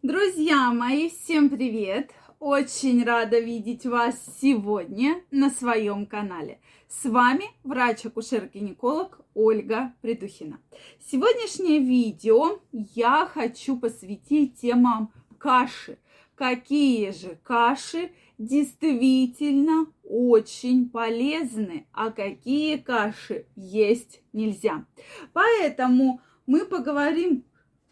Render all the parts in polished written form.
Друзья мои, всем привет! Очень рада видеть вас сегодня на своем канале. С вами врач-акушер-гинеколог Ольга Придухина. Сегодняшнее видео я хочу посвятить темам каши. Какие же каши действительно очень полезны, а какие каши есть нельзя. Поэтому мы поговорим,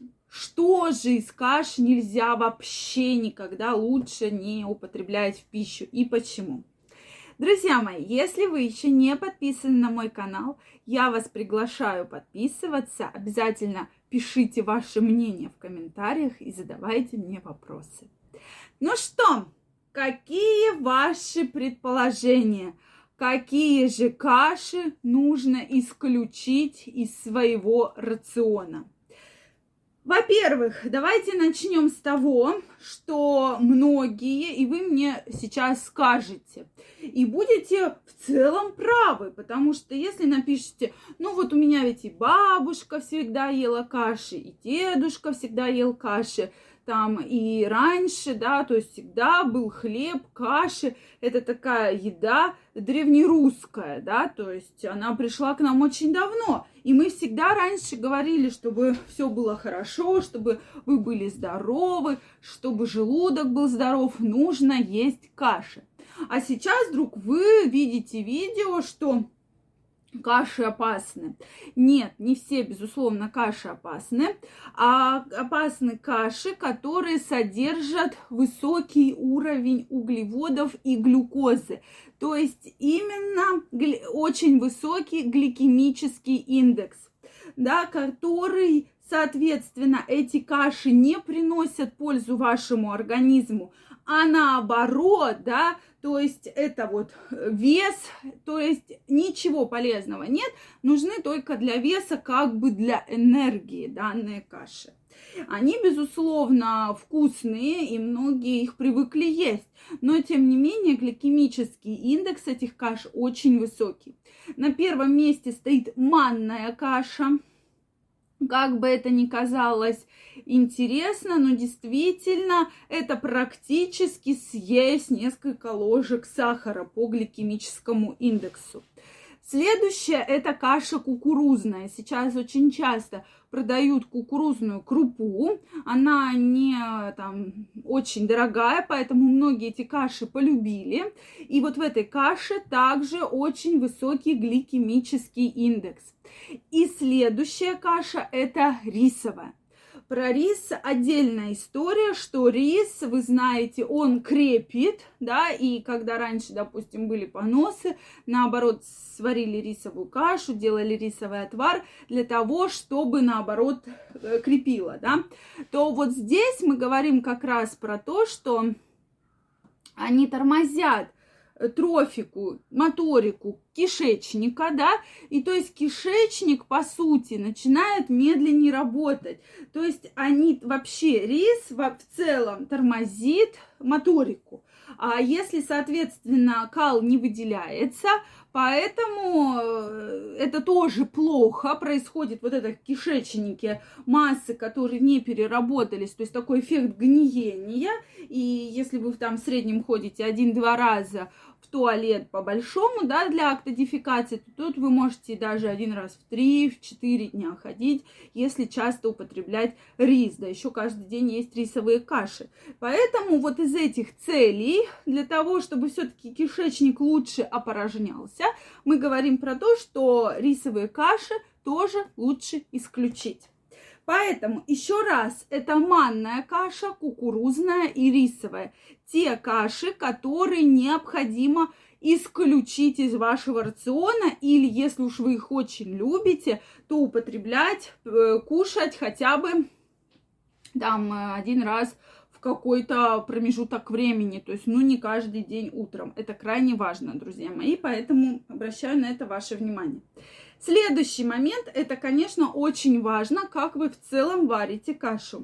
что же из каш нельзя вообще никогда лучше не употреблять в пищу и почему. Друзья мои, если вы еще не подписаны на мой канал, я вас приглашаю подписываться. Обязательно пишите ваше мнение в комментариях и задавайте мне вопросы. Ну что, какие ваши предположения? Какие же каши нужно исключить из своего рациона? Во-первых, давайте начнем с того, что многие, и вы мне сейчас скажете, и будете в целом правы, потому что если напишите, ну вот у меня ведь и бабушка всегда ела каши, и дедушка всегда ел каши, там и раньше, да, то есть всегда был хлеб, каши, это такая еда древнерусская, да, то есть она пришла к нам очень давно, и мы всегда раньше говорили, чтобы все было хорошо, чтобы вы были здоровы, чтобы желудок был здоров, нужно есть каши. А сейчас вдруг вы видите видео, что каши опасны. Нет, не все, безусловно, каши опасны, а опасны каши, которые содержат высокий уровень углеводов и глюкозы. То есть именно очень высокий гликемический индекс, да, который, соответственно, эти каши не приносят пользу вашему организму, а наоборот, да, то есть это вот вес, то есть ничего полезного нет, нужны только для веса, как бы для энергии данные каши. Они, безусловно, вкусные, и многие их привыкли есть, но, тем не менее, гликемический индекс этих каш очень высокий. На первом месте стоит манная каша. Как бы это ни казалось интересно, но действительно это практически съесть несколько ложек сахара по гликемическому индексу. Следующее – это каша кукурузная. Сейчас очень часто продают кукурузную крупу. Она не там очень дорогая, поэтому многие эти каши полюбили. И вот в этой каше также очень высокий гликемический индекс. И следующая каша – это рисовая. Про рис отдельная история, что рис, вы знаете, он крепит, да, и когда раньше, допустим, были поносы, наоборот, сварили рисовую кашу, делали рисовый отвар для того, чтобы, наоборот, крепило, да, то вот здесь мы говорим как раз про то, что они тормозят трофику, моторику кишечника, да, и то есть кишечник, по сути, начинает медленнее работать, то есть они вообще, рис в целом тормозит моторику, а если, соответственно, кал не выделяется, поэтому это тоже плохо, происходит вот это в кишечнике массы, которые не переработались, то есть такой эффект гниения, и если вы там в среднем ходите 1-2 раза в туалет по-большому, да, для актодефекации, то тут вы можете даже 1 раз в 3-4 дня ходить, если часто употреблять рис, да, еще каждый день есть рисовые каши. Поэтому вот из этих целей, для того, чтобы все-таки кишечник лучше опорожнялся, мы говорим про то, что рисовые каши тоже лучше исключить. Поэтому еще раз, это манная каша, кукурузная и рисовая. Те каши, которые необходимо исключить из вашего рациона, или если уж вы их очень любите, то употреблять, кушать хотя бы там 1 раз в какой-то промежуток времени, то есть, ну, не каждый день утром. Это крайне важно, друзья мои, поэтому обращаю на это ваше внимание. Следующий момент, это, конечно, очень важно, как вы в целом варите кашу.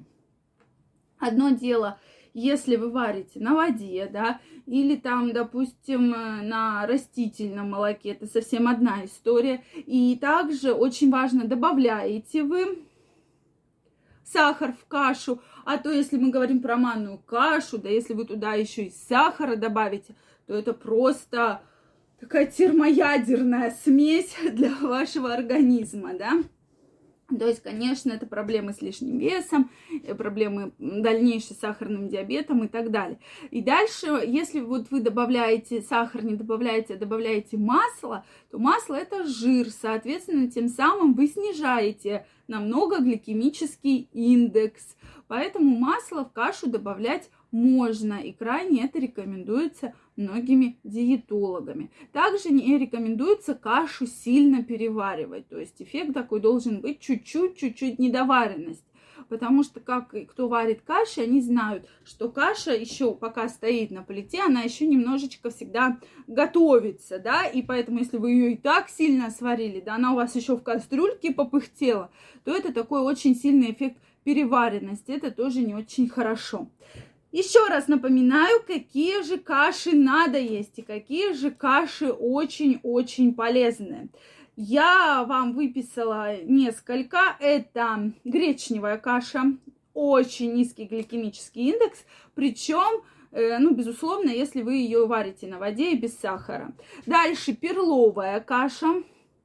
Одно дело, если вы варите на воде, да, или там, допустим, на растительном молоке, это совсем одна история. И также очень важно, добавляете вы сахар в кашу, А то, если мы говорим про манную кашу, да если вы туда еще и сахара добавите, то это просто такая термоядерная смесь для вашего организма, да. То есть, конечно, это проблемы с лишним весом, проблемы дальнейшим сахарным диабетом и так далее. И дальше, если вот вы добавляете сахар, не добавляете, а добавляете масло, то масло это жир, соответственно, тем самым вы снижаете намного гликемический индекс. Поэтому масло в кашу добавлять можно, и крайне это рекомендуется многими диетологами. Также не рекомендуется кашу сильно переваривать, то есть эффект такой должен быть чуть-чуть недоваренность, потому что кто варит каши, они знают, что каша еще пока стоит на плите, она еще немножечко всегда готовится, да, и поэтому если вы ее и так сильно сварили, да, она у вас еще в кастрюльке попыхтела, то это такой очень сильный эффект переваренности, это тоже не очень хорошо. Еще раз напоминаю, какие же каши надо есть и какие же каши очень-очень полезные. Я вам выписала несколько. Это гречневая каша, очень низкий гликемический индекс, причем, безусловно, если вы ее варите на воде и без сахара. Дальше перловая каша.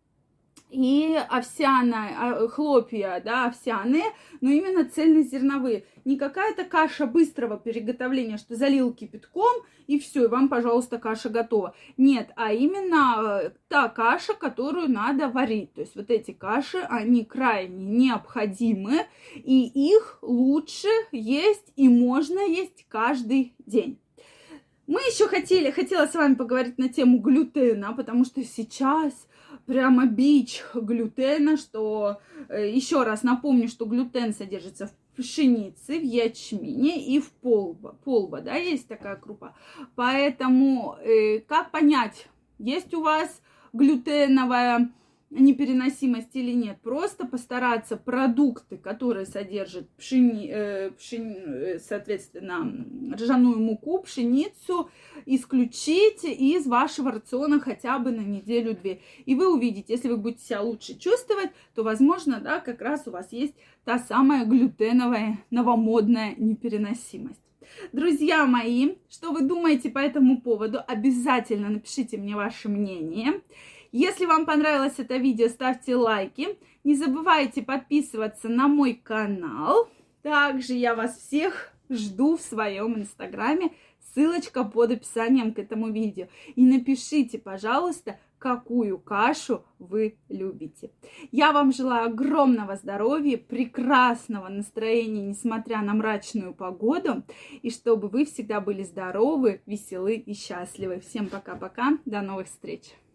И овсяная, хлопья, да, овсяные, но именно цельнозерновые. Не какая-то каша быстрого приготовления, что залил кипятком, и все, и вам, пожалуйста, каша готова. Нет, а именно та каша, которую надо варить. То есть вот эти каши, они крайне необходимы, и их лучше есть и можно есть каждый день. Мы еще хотела с вами поговорить на тему глютена, потому что сейчас прямо бич глютена, что еще раз напомню, что глютен содержится в пшенице, в ячмене и в полба, да, есть такая крупа. Поэтому как понять, есть у вас глютеновая непереносимость или нет? Просто постараться продукты, которые содержат соответственно, ржаную муку, пшеницу, исключить из вашего рациона хотя бы на неделю-две. И вы увидите, если вы будете себя лучше чувствовать, то, возможно, да, как раз у вас есть та самая глютеновая новомодная непереносимость. Друзья мои, что вы думаете по этому поводу? Обязательно напишите мне ваше мнение. Если вам понравилось это видео, ставьте лайки. Не забывайте подписываться на мой канал. Также я вас всех жду в своем инстаграме. Ссылочка под описанием к этому видео. И напишите, пожалуйста, какую кашу вы любите. Я вам желаю огромного здоровья, прекрасного настроения, несмотря на мрачную погоду. И чтобы вы всегда были здоровы, веселы и счастливы. Всем пока-пока. До новых встреч.